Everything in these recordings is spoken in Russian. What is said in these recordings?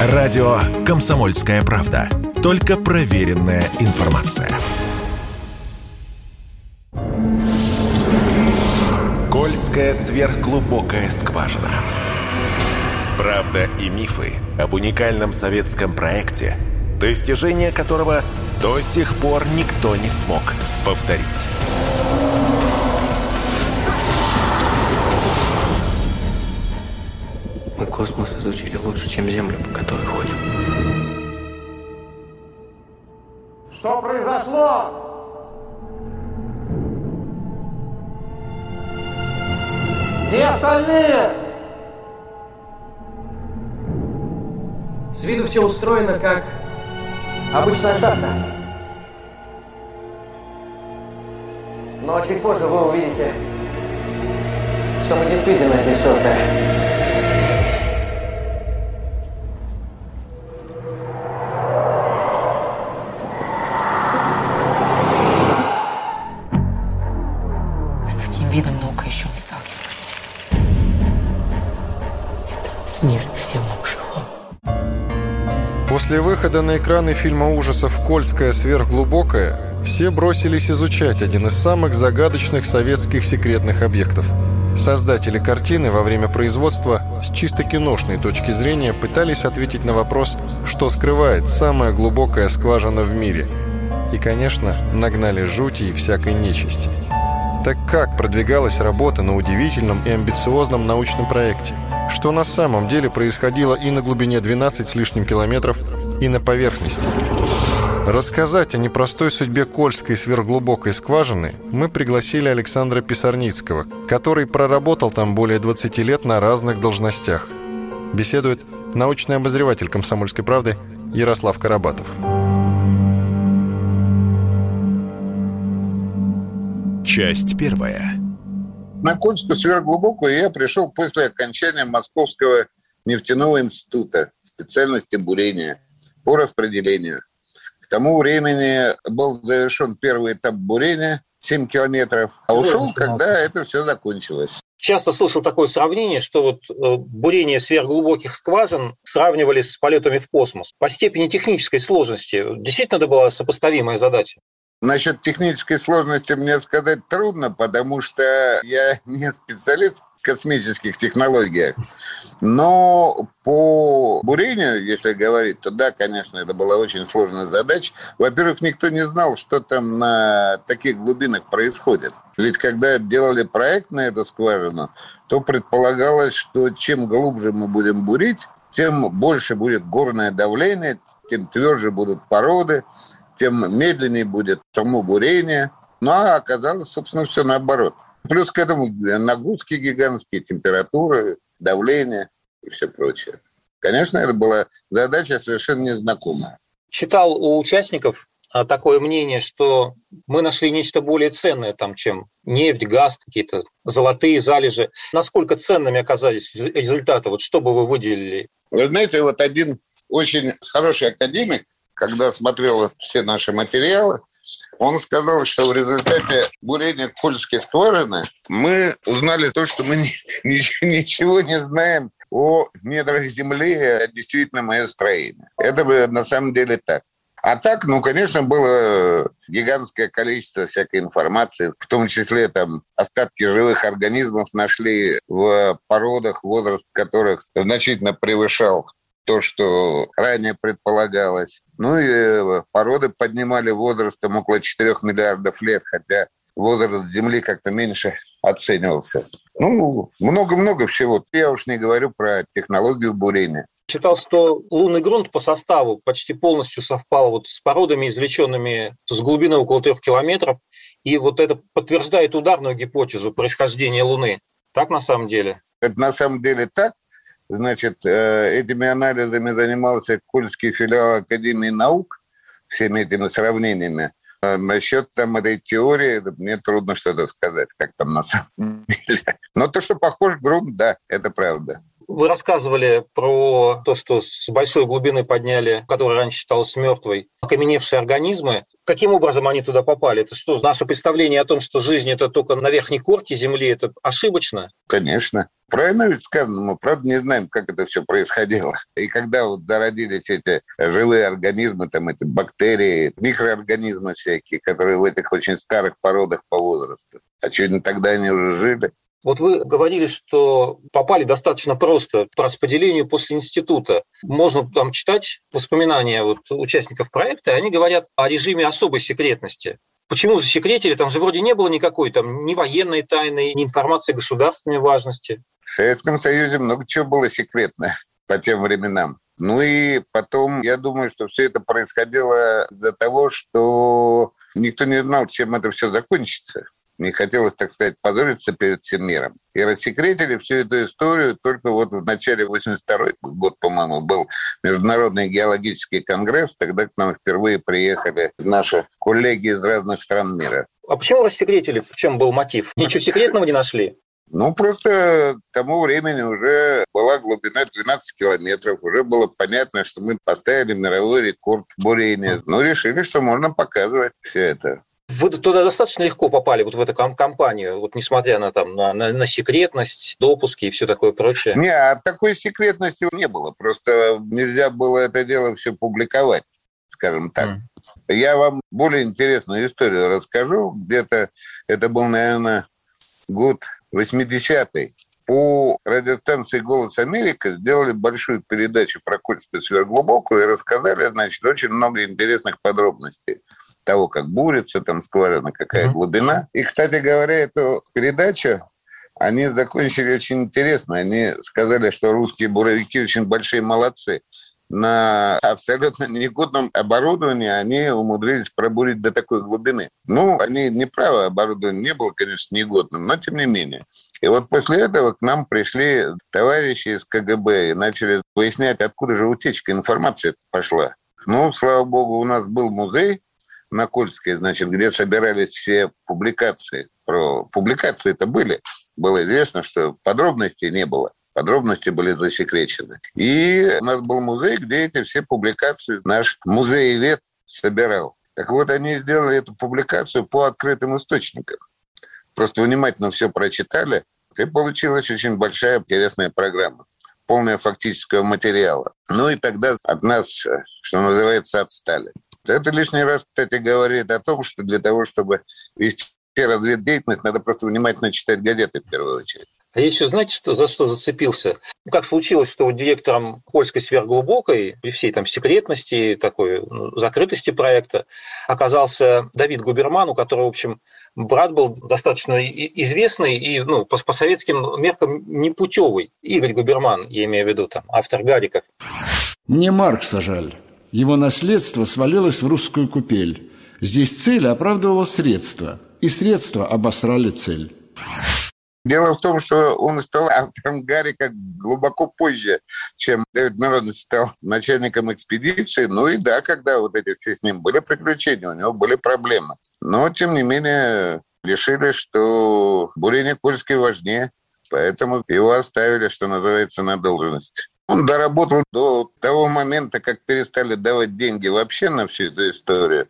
Радио «Комсомольская правда». Только проверенная информация. Кольская сверхглубокая скважина. Правда и мифы об уникальном советском проекте, достижения которого до сих пор никто не смог повторить. Мы космос изучили лучше, чем Землю, по которой ходим. Что произошло? Где остальные? С виду все устроено как обычная шахта. Но чуть позже вы увидите, что мы действительно здесь создали. Видом наука еще не сталкивалась. Это смерть всему живому. После выхода на экраны фильма ужасов «Кольская сверхглубокая» все бросились изучать один из самых загадочных советских секретных объектов. Создатели картины во время производства с чисто киношной точки зрения пытались ответить на вопрос, что скрывает самая глубокая скважина в мире. И, конечно, нагнали жути и всякой нечисти. Так как продвигалась работа на удивительном и амбициозном научном проекте? Что на самом деле происходило и на глубине 12 с лишним километров, и на поверхности? Рассказать о непростой судьбе Кольской сверхглубокой скважины мы пригласили Александра Писарницкого, который проработал там более 20 лет на разных должностях. Беседует научный обозреватель «Комсомольской правды» Ярослав Карабатов. Часть первая. На Кольскую сверхглубокую я пришел после окончания Московского нефтяного института специальности бурения по распределению. К тому времени был завершен первый этап бурения, 7 километров, а ушел, когда это все закончилось. Часто слышал такое сравнение, что вот бурение сверхглубоких скважин сравнивали с полетами в космос. По степени технической сложности действительно это была сопоставимая задача? Насчет технической сложности мне сказать трудно, потому что я не специалист в космических технологиях. Но по бурению, если говорить, то да, конечно, это была очень сложная задача. Во-первых, никто не знал, что там на таких глубинах происходит. Ведь когда делали проект на эту скважину, то предполагалось, что чем глубже мы будем бурить, тем больше будет горное давление, тем тверже будут породы, тем медленнее будет само бурение. Ну, а оказалось, собственно, все наоборот. Плюс к этому нагрузки гигантские, температура, давление и все прочее. Конечно, это была задача совершенно незнакомая. Читал у участников такое мнение, что мы нашли нечто более ценное, там, чем нефть, газ, какие-то золотые залежи. Насколько ценными оказались результаты? Вот что бы вы выделили? Вы знаете, вот один очень хороший академик, когда смотрел все наши материалы, он сказал, что в результате бурения Кольской скважины мы узнали то, что мы ничего не знаем о недрах Земли, о действительном ее строении. Это бы на самом деле так. А так, ну, конечно, было гигантское количество всякой информации, в том числе там остатки живых организмов нашли в породах, возраст которых значительно превышал то, что ранее предполагалось. Ну и породы поднимали возрастом около 4 миллиардов лет, хотя возраст Земли как-то меньше оценивался. Ну, много-много всего. Я уж не говорю про технологию бурения. Читал, что лунный грунт по составу почти полностью совпал вот с породами, извлеченными с глубины около 3 километров, и вот это подтверждает ударную гипотезу происхождения Луны. Так на самом деле? Это на самом деле так. Значит, этими анализами занимался Кольский филиал Академии наук, всеми этими сравнениями. Насчет там этой теории, мне трудно что-то сказать, как там на самом деле. Но то, что похож грунт, да, это правда. Вы рассказывали про то, что с большой глубины подняли, которая раньше считалась мертвой, окаменевшие организмы. Каким образом они туда попали? Это что, наше представление о том, что жизнь – это только на верхней корке Земли, это ошибочно? Конечно. Правильно ведь сказано, мы, правда, не знаем, как это все происходило. И когда вот зародились эти живые организмы, там эти бактерии, микроорганизмы всякие, которые в этих очень старых породах по возрасту. А что, тогда они уже жили? Вот вы говорили, что попали достаточно просто по распределению после института. Можно там читать воспоминания вот участников проекта, и они говорят о режиме особой секретности. Почему засекретили? Там же вроде не было никакой там ни военной тайны, ни информации государственной важности. В Советском Союзе много чего было секретно по тем временам. Ну и потом, я думаю, что все это происходило из-за того, что никто не знал, чем это все закончится. Не хотелось, так сказать, позориться перед всем миром. И рассекретили всю эту историю только вот в начале 82-й год, по-моему, был Международный геологический конгресс. Тогда к нам впервые приехали наши коллеги из разных стран мира. А почему рассекретили? В чем был мотив? Ничего секретного не нашли? Ну, просто к тому времени уже была глубина 12 километров. Уже было понятно, что мы поставили мировой рекорд бурения. Ну, решили, что можно показывать все это. Вы туда достаточно легко попали, вот в эту компанию, вот несмотря на секретность, допуски и все такое прочее? Нет, такой секретности не было. Просто нельзя было это дело все публиковать, скажем так. Я вам более интересную историю расскажу. Где-то это был, наверное, год 80-й. По радиостанции «Голос Америки» сделали большую передачу про Кольскую сверхглубокую и рассказали, значит, очень много интересных подробностей того, как бурится, там скважина, какая глубина. И, кстати говоря, эту передачу они закончили очень интересно. Они сказали, что русские буровики очень большие молодцы. На абсолютно негодном оборудовании они умудрились пробурить до такой глубины. Ну, они не правы, оборудование не было, конечно, негодным, но тем не менее. И вот после этого к нам пришли товарищи из КГБ и начали выяснять, откуда же утечка информации пошла. Ну, слава богу, у нас был музей на Кольской, значит, где собирались все публикации. Про публикации-то были. Было известно, что подробностей не было. Подробности были засекречены. И у нас был музей, где эти все публикации наш музеевед собирал. Так вот, они сделали эту публикацию по открытым источникам. Просто внимательно все прочитали, и получилась очень большая интересная программа, полная фактического материала. Ну и тогда от нас, что называется, отстали. Это лишний раз, кстати, говорит о том, что для того, чтобы вести разведдеятельность, надо просто внимательно читать газеты в первую очередь. А еще знаете, за что зацепился? Как случилось, что директором Кольской сверхглубокой, при всей там секретности, такой закрытости проекта, оказался Давид Губерман, у которого, в общем, брат был достаточно известный и по советским меркам непутевый. Игорь Губерман, я имею в виду, там, автор «Гариков». Мне Маркса жаль. Его наследство свалилось в русскую купель. Здесь цель оправдывала средства, и средства обосрали цель. Дело в том, что он стал автором Гарика глубоко позже, чем Давид Миронович стал начальником экспедиции. Ну и да, когда вот эти все с ним были приключения, у него были проблемы. Но, тем не менее, решили, что бурение Кольской важнее, поэтому его оставили, что называется, на должность. Он доработал до того момента, как перестали давать деньги вообще на всю эту историю.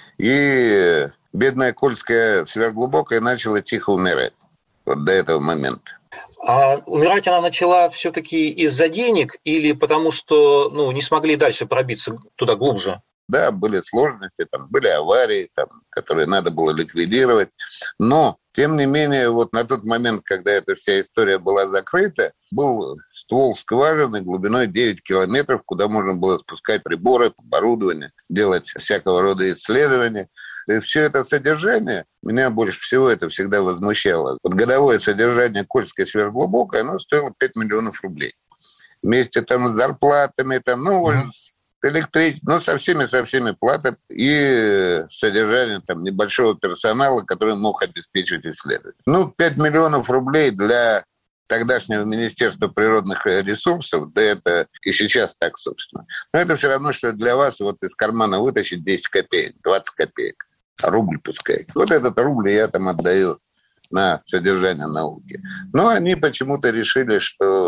И бедная Кольская сверхглубокая начала тихо умирать. Вот до этого момента. А умирать она начала все-таки из-за денег или потому что не смогли дальше пробиться туда глубже? Да, были сложности, там были аварии, которые надо было ликвидировать. Но, тем не менее, вот на тот момент, когда эта вся история была закрыта, был ствол скважины глубиной 9 километров, куда можно было спускать приборы, оборудование, делать всякого рода исследования. И все это содержание, меня больше всего это всегда возмущало. Вот годовое содержание Кольской сверхглубокой, оно стоило 5 миллионов рублей. Вместе с зарплатами, с электричеством, со всеми платами и содержание небольшого персонала, который мог обеспечивать исследования. 5 миллионов рублей для тогдашнего Министерства природных ресурсов, да это и сейчас так, собственно. Но это все равно, что для вас вот из кармана вытащить 10 копеек, 20 копеек. Рубль пускай. Вот этот рубль я отдаю на содержание науки. Но они почему-то решили, что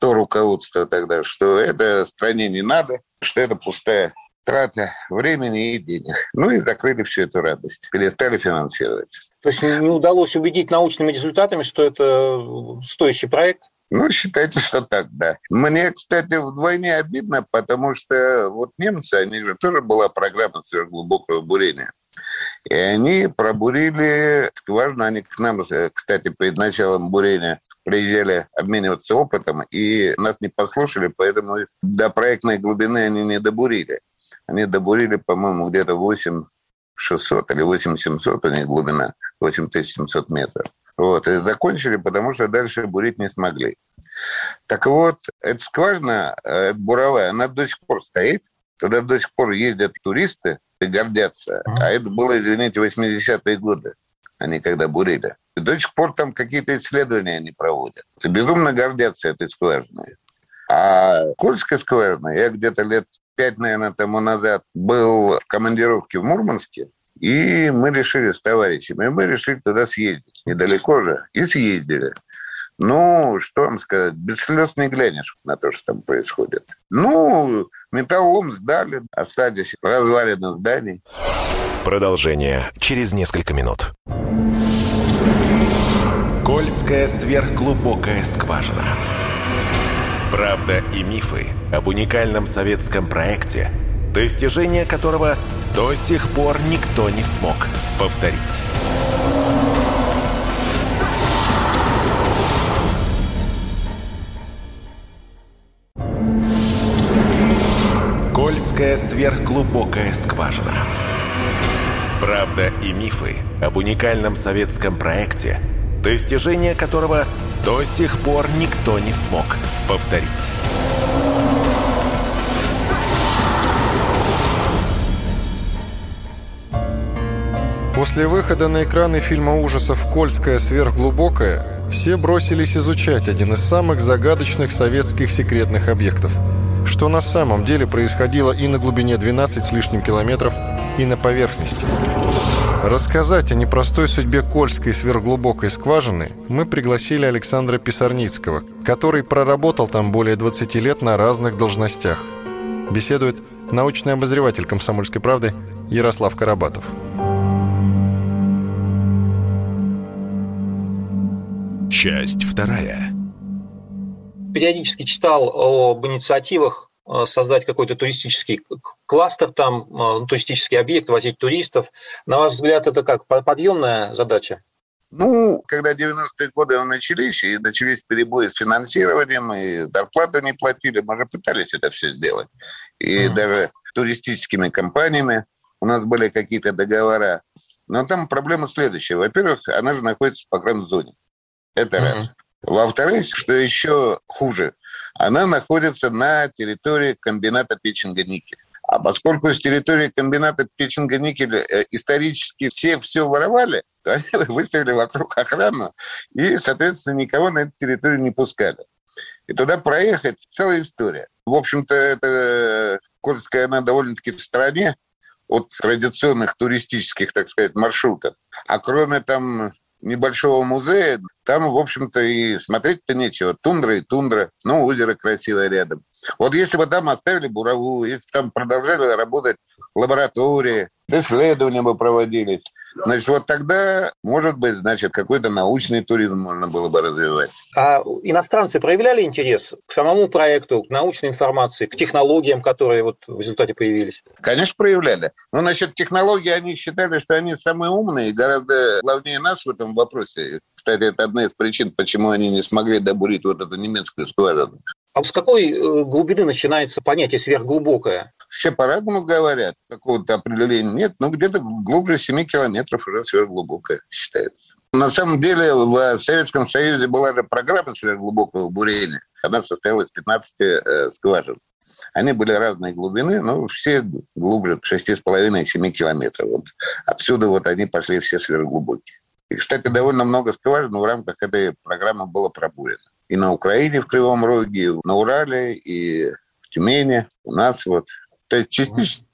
то руководство тогда, что это стране не надо, что это пустая трата времени и денег. Ну и закрыли всю эту радость, перестали финансировать. То есть не удалось убедить научными результатами, что это стоящий проект? Ну, считайте, что так, да. Мне, кстати, вдвойне обидно, потому что вот немцы, они же тоже была программа сверхглубокого бурения. И они пробурили скважину, они к нам, кстати, перед началом бурения приезжали обмениваться опытом, и нас не послушали, поэтому до проектной глубины они не добурили. Они добурили, по-моему, где-то 8600 или 8700 у них глубина, 8700 метров. Вот, и закончили, потому что дальше бурить не смогли. Так вот, эта скважина, эта буровая, она до сих пор стоит. Туда до сих пор ездят туристы и гордятся. А это было, извините, 80-е годы. Они когда бурили. И до сих пор там какие-то исследования они проводят. И безумно гордятся этой скважиной. А Кольская скважина, я где-то лет 5, наверное, тому назад был в командировке в Мурманске, и мы решили с товарищами, мы решили туда съездить. Недалеко же. И съездили. Ну, что вам сказать, без слез не глянешь на то, что там происходит. Ну, металлолом сдали, остались развалины зданий. Продолжение через несколько минут. Кольская сверхглубокая скважина. Правда и мифы об уникальном советском проекте, достижение которого до сих пор никто не смог повторить. Кольская сверхглубокая скважина. Правда и мифы об уникальном советском проекте, достижение которого до сих пор никто не смог повторить. После выхода на экраны фильма ужасов «Кольская сверхглубокая» все бросились изучать один из самых загадочных советских секретных объектов. Что на самом деле происходило и на глубине 12 с лишним километров, и на поверхности. Рассказать о непростой судьбе Кольской сверхглубокой скважины мы пригласили Александра Писарницкого, который проработал там более 20 лет на разных должностях. Беседует научный обозреватель «Комсомольской правды» Ярослав Карабатов. Часть вторая. Периодически читал об инициативах создать какой-то туристический кластер, там, туристический объект, возить туристов. На ваш взгляд, это как, подъемная задача? Ну, когда 90-е годы начались, и начались перебои с финансированием, и зарплату не платили, мы же пытались это все сделать. И даже туристическими компаниями у нас были какие-то договора. Но там проблема следующая. Во-первых, она же находится в погранзоне. Это раз. Во-вторых, что еще хуже, она находится на территории комбината печенга-никеля. А поскольку с территории комбината печенга-никеля исторически все воровали, то они выставили вокруг охрану и, соответственно, никого на эту территорию не пускали. И туда проехать целая история. В общем-то, эта Кольская, она довольно-таки в стороне от традиционных туристических, так сказать, маршрутов. А кроме там небольшого музея, там, в общем-то, и смотреть-то нечего. Тундра и тундра, ну, озеро красивое рядом. Вот если бы там оставили буровую, если там продолжали работать лаборатории, исследования бы проводились, значит, вот тогда, может быть, значит, какой-то научный туризм можно было бы развивать. А иностранцы проявляли интерес к самому проекту, к научной информации, к технологиям, которые вот в результате появились? Конечно, проявляли. Но насчет технологий они считали, что они самые умные и гораздо главнее нас в этом вопросе. Кстати, это одна из причин, почему они не смогли добурить вот эту немецкую скважину. А с какой глубины начинается понятие сверхглубокое? Все по-разному говорят. Какого-то определения нет. Но где-то глубже 7 километров уже сверхглубокое считается. На самом деле в Советском Союзе была же программа сверхглубокого бурения. Она состояла из 15 скважин. Они были разной глубины, но все глубже 6,5-7 километров. Вот. Отсюда вот они пошли все сверхглубокие. И, кстати, довольно много скважин в рамках этой программы было пробурено. И на Украине, в Кривом Роге, и на Урале, и в Тюмени, у нас вот. То есть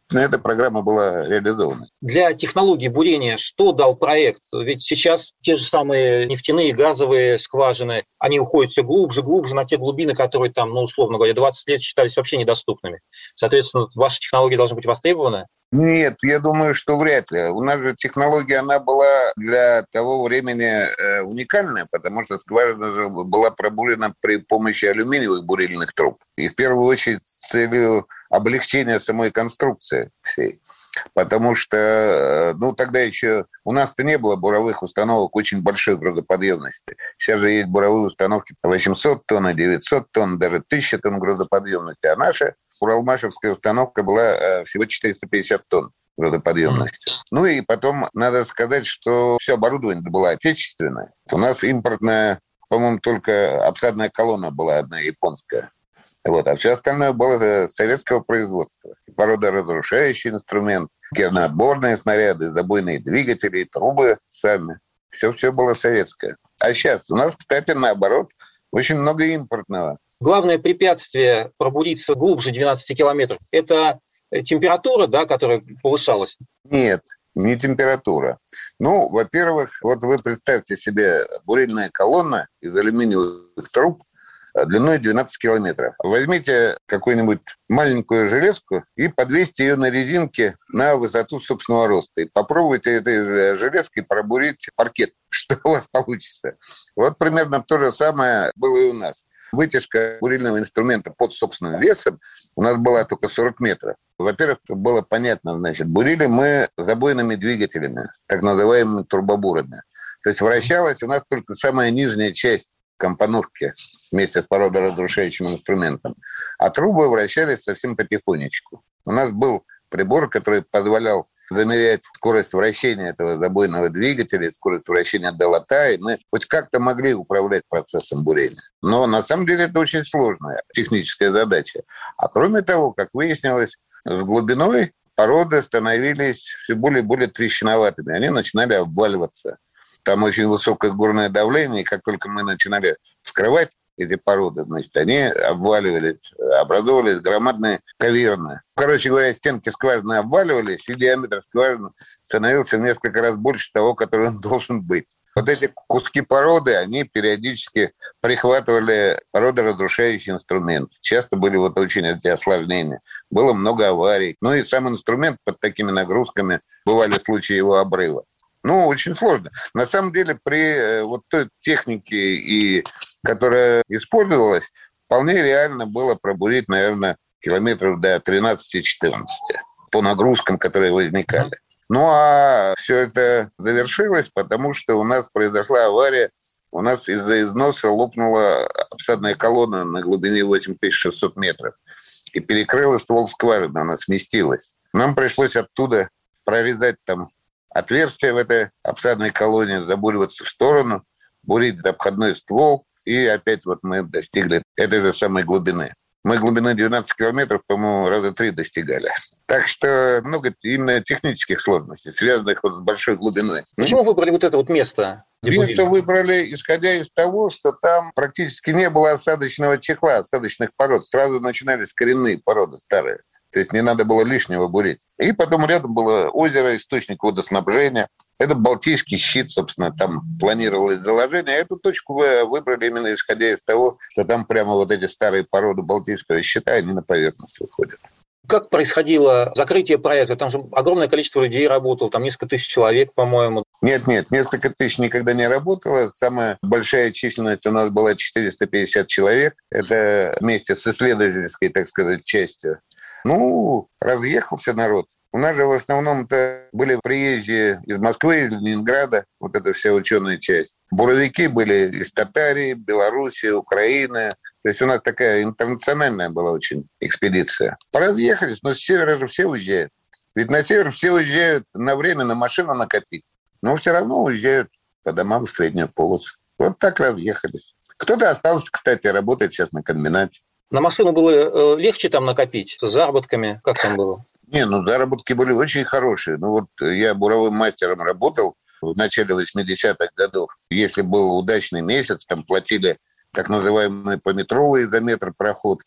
эта программа была реализована. Для технологии бурения что дал проект? Ведь сейчас те же самые нефтяные, газовые скважины, они уходят все глубже на те глубины, которые там, условно говоря, 20 лет считались вообще недоступными. Соответственно, ваши технологии должны быть востребованы? Нет, я думаю, что вряд ли. У нас же технология, она была для того времени уникальная, потому что скважина же была пробурена при помощи алюминиевых бурильных труб. И в первую очередь с целью облегчения самой конструкции всей. Потому что, тогда еще у нас-то не было буровых установок очень большой грузоподъемности. Сейчас же есть буровые установки 800 тонн, 900 тонн, даже 1000 тонн грузоподъемности. А наша уралмашевская установка была всего 450 тонн грузоподъемности. И потом надо сказать, что все оборудование было отечественное. У нас импортная, по-моему, только обсадная колонна была одна японская. А все остальное было советского производства. Породоразрушающий инструмент, керноотборные снаряды, забойные двигатели, трубы сами. Все было советское. А сейчас у нас, кстати, наоборот, очень много импортного. Главное препятствие пробуриться глубже 12 километров – это температура, которая повышалась? Нет, не температура. Во-первых, вы представьте себе бурильная колонна из алюминиевых труб, длиной 12 километров. Возьмите какую-нибудь маленькую железку и подвесьте ее на резинке на высоту собственного роста. И попробуйте этой железкой пробурить паркет. Что у вас получится? Примерно то же самое было и у нас. Вытяжка бурильного инструмента под собственным весом у нас была только 40 метров. Во-первых, было понятно, бурили мы забойными двигателями, так называемыми турбобурами. То есть вращалась у нас только самая нижняя часть компоновки вместе с породоразрушающим инструментом. А трубы вращались совсем потихонечку. У нас был прибор, который позволял замерять скорость вращения этого забойного двигателя, скорость вращения долота, и мы хоть как-то могли управлять процессом бурения. Но на самом деле это очень сложная техническая задача. А кроме того, как выяснилось, с глубиной породы становились все более и более трещиноватыми. Они начинали обваливаться. Там очень высокое горное давление, и как только мы начинали вскрывать эти породы, они обваливались, образовывались громадные каверны. Короче говоря, стенки скважины обваливались, и диаметр скважины становился в несколько раз больше того, который он должен быть. Эти куски породы, они периодически прихватывали породоразрушающий инструмент. Часто были очень эти осложнения. Было много аварий. И сам инструмент под такими нагрузками, бывали случаи его обрыва. Очень сложно. На самом деле, при той технике, которая использовалась, вполне реально было пробурить, наверное, километров до 13-14 по нагрузкам, которые возникали. А все это завершилось, потому что у нас произошла авария. У нас из-за износа лопнула обсадная колонна на глубине 8600 метров и перекрыла ствол скважины, она сместилась. Нам пришлось оттуда прорезать отверстие в этой обсадной колонне, забуриваться в сторону, бурить обходной ствол, и опять мы достигли этой же самой глубины. Мы глубины 12 километров, по-моему, раза 3 достигали. Так что много именно технических сложностей, связанных с большой глубиной. Почему выбрали это место? Место выбрали, исходя из того, что там практически не было осадочного чехла, осадочных пород. Сразу начинались коренные породы старые. То есть не надо было лишнего бурить. И потом рядом было озеро, источник водоснабжения. Это Балтийский щит, собственно, там планировалось заложение. А эту точку выбрали именно исходя из того, что там прямо эти старые породы Балтийского щита, они на поверхность выходят. Как происходило закрытие проекта? Там же огромное количество людей работало, там несколько тысяч человек, по-моему. Нет, несколько тысяч никогда не работало. Самая большая численность у нас была 450 человек. Это вместе с исследовательской, так сказать, частью. Разъехался народ. У нас же в основном-то были приезжие из Москвы, из Ленинграда, эта вся ученая часть. Буровики были из Татарии, Белоруссии, Украины. То есть у нас такая интернациональная была очень экспедиция. Поразъехались, но с севера же все уезжают. Ведь на север все уезжают на время, на машину накопить. Но все равно уезжают по домам в среднюю полосу. Так разъехались. Кто-то остался, кстати, работать сейчас на комбинате. На машину было легче там накопить с заработками? Как там было? Заработки были очень хорошие. Я буровым мастером работал в начале 80-х годов. Если был удачный месяц, там платили так называемые пометровые за метр проходки.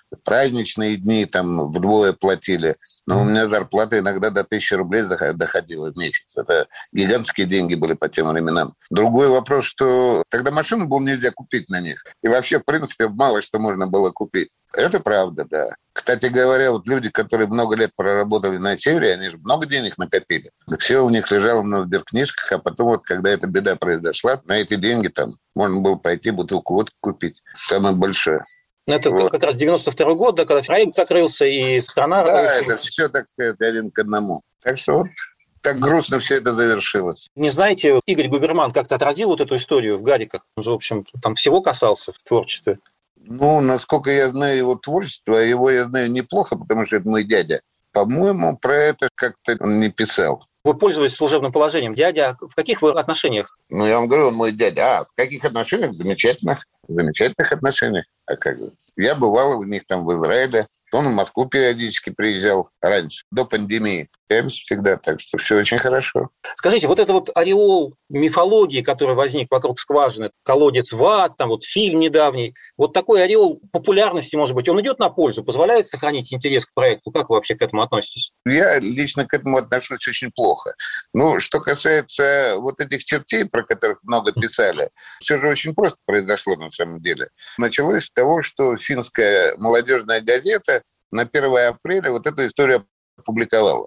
праздничные дни там вдвое платили. Но у меня зарплата иногда до 1000 рублей доходила в месяц. Это гигантские деньги были по тем временам. Другой вопрос, что тогда машину было нельзя купить на них. И вообще, в принципе, мало что можно было купить. Это правда, да. Кстати говоря, вот люди, которые много лет проработали на севере, они же много денег накопили. Все у них лежало на сберкнижках, а потом вот, когда эта беда произошла, на эти деньги там можно было пойти бутылку водки купить. Самое большое. Это вот. Как раз 92-й год, да, когда проект закрылся и страна... Да, это все, так сказать, один к одному. Так что вот так грустно все это завершилось. Не знаете, Игорь Губерман как-то отразил вот эту историю в «Гадиках»? Он же, в общем, там всего касался в творчестве. Ну, насколько я знаю его творчество, его я знаю неплохо, потому что это мой дядя. По-моему, про это как-то он не писал. Вы пользовались служебным положением. Дядя, в каких вы отношениях? Ну, я вам говорю, он мой дядя. А в каких отношениях? Замечательных отношениях. А как же? Я бывал у них там в Израиле. Он в Москву периодически приезжал раньше, до пандемии. Я всегда, так что все очень хорошо. Скажите, вот это вот ореол мифологии, который возник вокруг скважины, колодец в ад, там вот фильм недавний, вот такой ореол популярности, может быть, он идет на пользу, позволяет сохранить интерес к проекту? Как вы вообще к этому относитесь? Я лично к этому отношусь очень плохо. Ну, что касается вот этих чертей, про которых много писали, все же очень просто произошло на самом деле. Началось с того, что финская молодежная газета на 1 апреля вот эту историю опубликовала.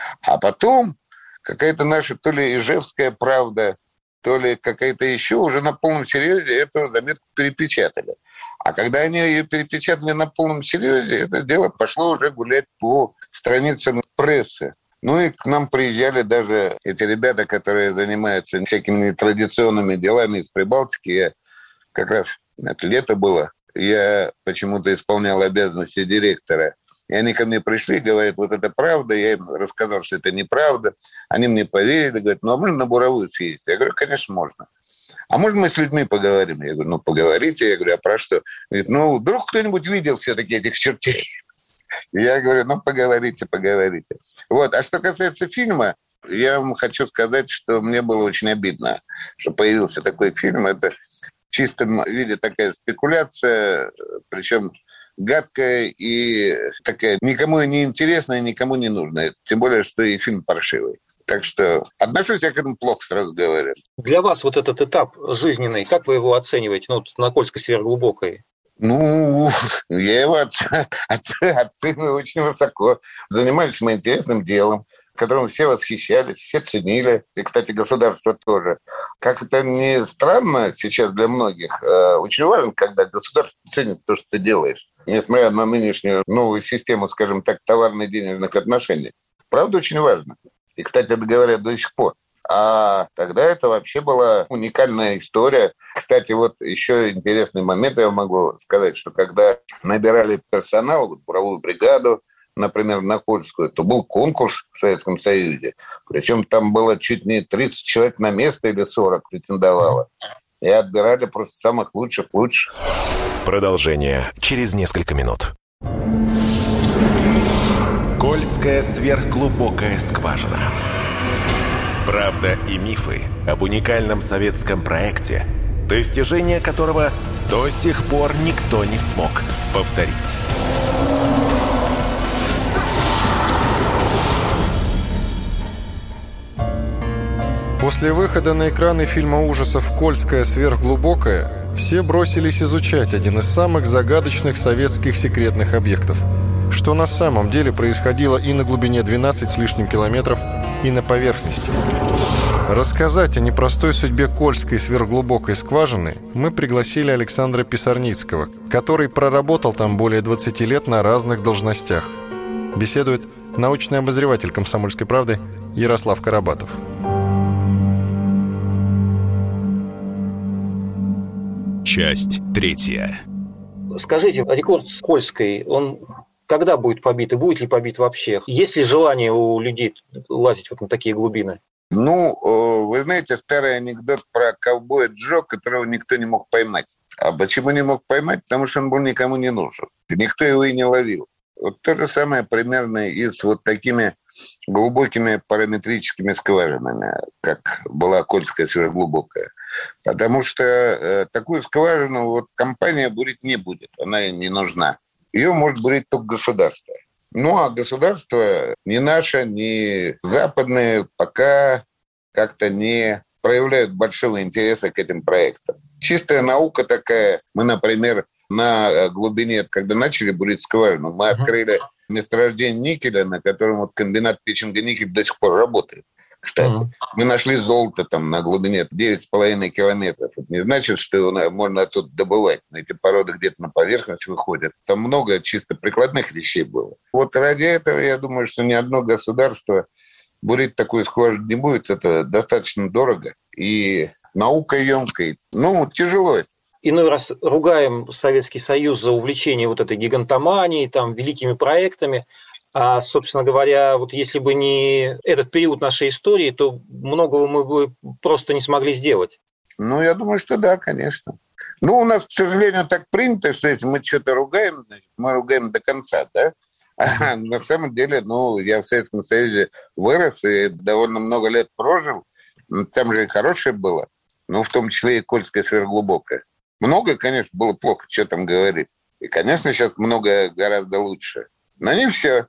А потом какая-то наша то ли Ижевская правда, то ли какая-то еще уже на полном серьезе эту заметку перепечатали. А когда они ее перепечатали на полном серьезе, это дело пошло уже гулять по страницам прессы. Ну и к нам приезжали даже эти ребята, которые занимаются всякими традиционными делами из Прибалтики. Я как раз, это лето было, я почему-то исполнял обязанности директора. И они ко мне пришли, говорят, вот это правда. Я им рассказал, что это неправда. Они мне поверили, говорят, ну а можно на буровую съездить? Я говорю, конечно, можно. А можно мы с людьми поговорим? Я говорю, ну поговорите. Я говорю, а про что? Говорит, ну вдруг кто-нибудь видел все-таки этих чертей? Я говорю, ну поговорите. Вот. А что касается фильма, я вам хочу сказать, что мне было очень обидно, что появился такой фильм. Это в чистом виде такая спекуляция, причем гадкая и такая никому не интересная, никому не нужная. Тем более, что и фильм паршивый. Так что отношусь я к этому плохо, сразу говорю. Для вас вот этот этап жизненный, как вы его оцениваете? Ну, вот на Кольской сверхглубокой. Ну, я его оцениваю очень высоко. Занимались мы интересным делом, которым все восхищались, все ценили. И, кстати, государство тоже. Как это ни странно сейчас для многих, очень важно, когда государство ценит то, что ты делаешь. Несмотря на нынешнюю новую систему, скажем так, товарно-денежных отношений. Правда, очень важно. И, кстати, это говорят до сих пор. А тогда это вообще была уникальная история. Кстати, вот еще интересный момент я могу сказать, что когда набирали персонал, вот, буровую бригаду, например, на Кольскую, то был конкурс в Советском Союзе. Причем там было чуть не 30 человек на место или 40 претендовало. И отбирали просто самых лучших. Продолжение через несколько минут. Кольская сверхглубокая скважина. Правда и мифы об уникальном советском проекте, достижения которого до сих пор никто не смог повторить. После выхода на экраны фильма ужасов «Кольская сверхглубокая» все бросились изучать один из самых загадочных советских секретных объектов. Что на самом деле происходило и на глубине 12 с лишним километров, и на поверхности. Рассказать о непростой судьбе Кольской сверхглубокой скважины мы пригласили Александра Писарницкого, который проработал там более 20 лет на разных должностях. Беседует научный обозреватель «Комсомольской правды» Ярослав Карабатов. Часть 3. Скажите, рекорд Кольской, он когда будет побит и будет ли побит вообще? Есть ли желание у людей лазить вот на такие глубины? Ну, вы знаете, старый анекдот про ковбоя Джо, которого никто не мог поймать. А почему не мог поймать? Потому что он был никому не нужен. Никто его и не ловил. Вот то же самое примерно и с вот такими глубокими параметрическими скважинами, как была Кольская сверхглубокая. Потому что такую скважину вот компания бурить не будет, она ей не нужна. ее может бурить только государство. Ну, а государство ни наше, ни западные пока как-то не проявляют большого интереса к этим проектам. Чистая наука такая. Мы, например, на глубине, когда начали бурить скважину, мы открыли месторождение никеля, на котором вот комбинат печенга-никель до сих пор работает. Кстати, мы нашли золото там на глубине 9,5 километров. Это не значит, что его можно оттуда добывать. Эти породы где-то на поверхность выходят. Там много чисто прикладных вещей было. Вот ради этого, я думаю, что ни одно государство бурить такую скважину не будет. Это достаточно дорого. И наука емкая. Ну, тяжело это. Иной раз ругаем Советский Союз за увлечение вот этой гигантоманией, там, великими проектами. А, собственно говоря, вот если бы не этот период нашей истории, то многого мы бы просто не смогли сделать. Ну, я думаю, что да, конечно. Ну, у нас, к сожалению, так принято, что если мы что-то ругаем, мы ругаем до конца, да? А на самом деле, ну, я в Советском Союзе вырос и довольно много лет прожил. Там же и хорошее было, ну, в том числе и Кольская сверхглубокая. Многое, конечно, было плохо, что там говорить. И, конечно, сейчас многое гораздо лучше. Но не все.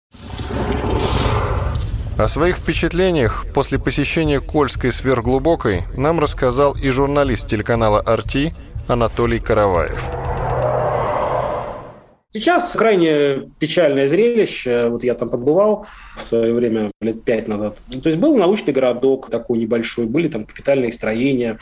О своих впечатлениях после посещения Кольской сверхглубокой нам рассказал и журналист телеканала «Арти» Анатолий Караваев. Сейчас крайне печальное зрелище. Вот я там побывал в свое время, лет 5 назад. То есть был научный городок такой небольшой, были там капитальные строения,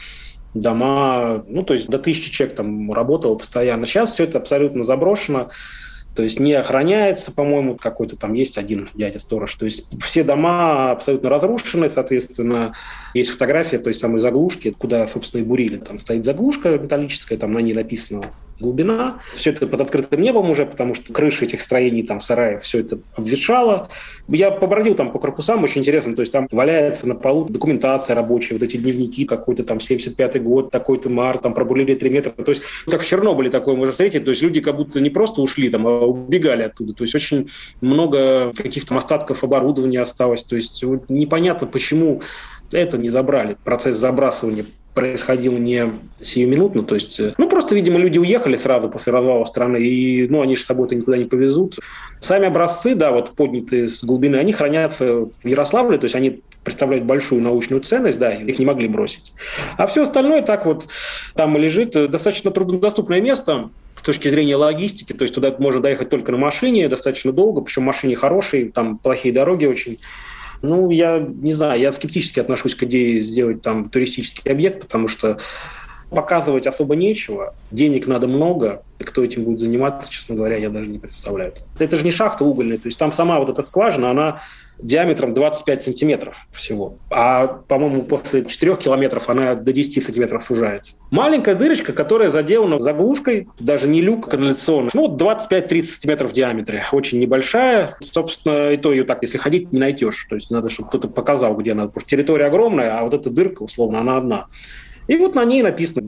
дома, ну, то есть до 1000 человек там работало постоянно. Сейчас все это абсолютно заброшено. То есть не охраняется, по-моему, какой-то там есть один дядя-сторож. То есть все дома абсолютно разрушены, соответственно, есть фотография той самой заглушки, куда, собственно, и бурили. Там стоит заглушка металлическая, там на ней написано глубина. Все это под открытым небом уже, потому что крыши этих строений, там, сараев, все это обветшало. Я побродил там по корпусам, очень интересно. То есть там валяется на полу документация рабочая, вот эти дневники, какой-то там 75-й год, такой-то март, там пробурили 3 метра. То есть как в Чернобыле такое можно встретить. То есть люди как будто не просто ушли там, а убегали оттуда. То есть очень много каких-то остатков оборудования осталось. То есть вот непонятно, почему это не забрали. Процесс забрасывания происходил не сиюминутно, то есть, ну, просто, видимо, люди уехали сразу после развала страны, и, ну, они же с собой-то никуда не повезут. Сами образцы, да, вот поднятые с глубины, они хранятся в Ярославле, то есть они представляют большую научную ценность, да, их не могли бросить. А все остальное так вот там и лежит. Достаточно труднодоступное место с точки зрения логистики, то есть туда можно доехать только на машине, достаточно долго, причем машине хорошие, там плохие дороги очень. Ну, я не знаю, я скептически отношусь к идее сделать там туристический объект, потому что показывать особо нечего, денег надо много, и кто этим будет заниматься, честно говоря, я даже не представляю. Это же не шахта угольная, то есть там сама вот эта скважина, она диаметром 25 сантиметров всего. А, по-моему, после 4 километров она до 10 сантиметров сужается. Маленькая дырочка, которая заделана заглушкой, даже не люк канализационный, ну, 25-30 сантиметров в диаметре. Очень небольшая. Собственно, и то ее так, если ходить, не найдешь. То есть надо, чтобы кто-то показал, где она. Потому что территория огромная, а вот эта дырка, условно, она одна. И вот на ней написано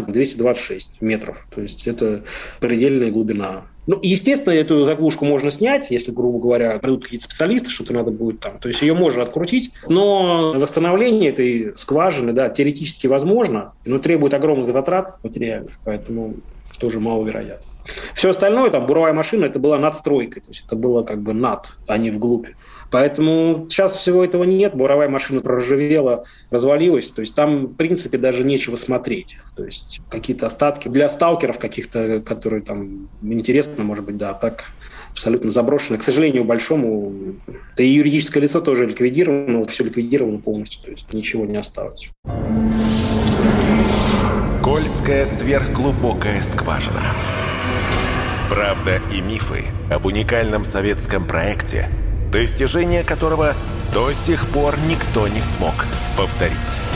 12-226 метров. То есть это предельная глубина. Ну, естественно, эту заглушку можно снять, если, грубо говоря, придут какие-то специалисты, что-то надо будет там. То есть ее можно открутить, но восстановление этой скважины, да, теоретически возможно, но требует огромных затрат материальных, поэтому тоже маловероятно. Все остальное, там, буровая машина, это была надстройкой, то есть это было как бы над, а не вглубь. Поэтому сейчас всего этого нет, буровая машина проржавела, развалилась, то есть там, в принципе, даже нечего смотреть. То есть какие-то остатки для сталкеров каких-то, которые там интересно, может быть, да, так абсолютно заброшено. К сожалению, большому, да и юридическое лицо тоже ликвидировано, все ликвидировано полностью, то есть ничего не осталось. Кольская сверхглубокая скважина. Правда и мифы об уникальном советском проекте, достижения которого до сих пор никто не смог повторить.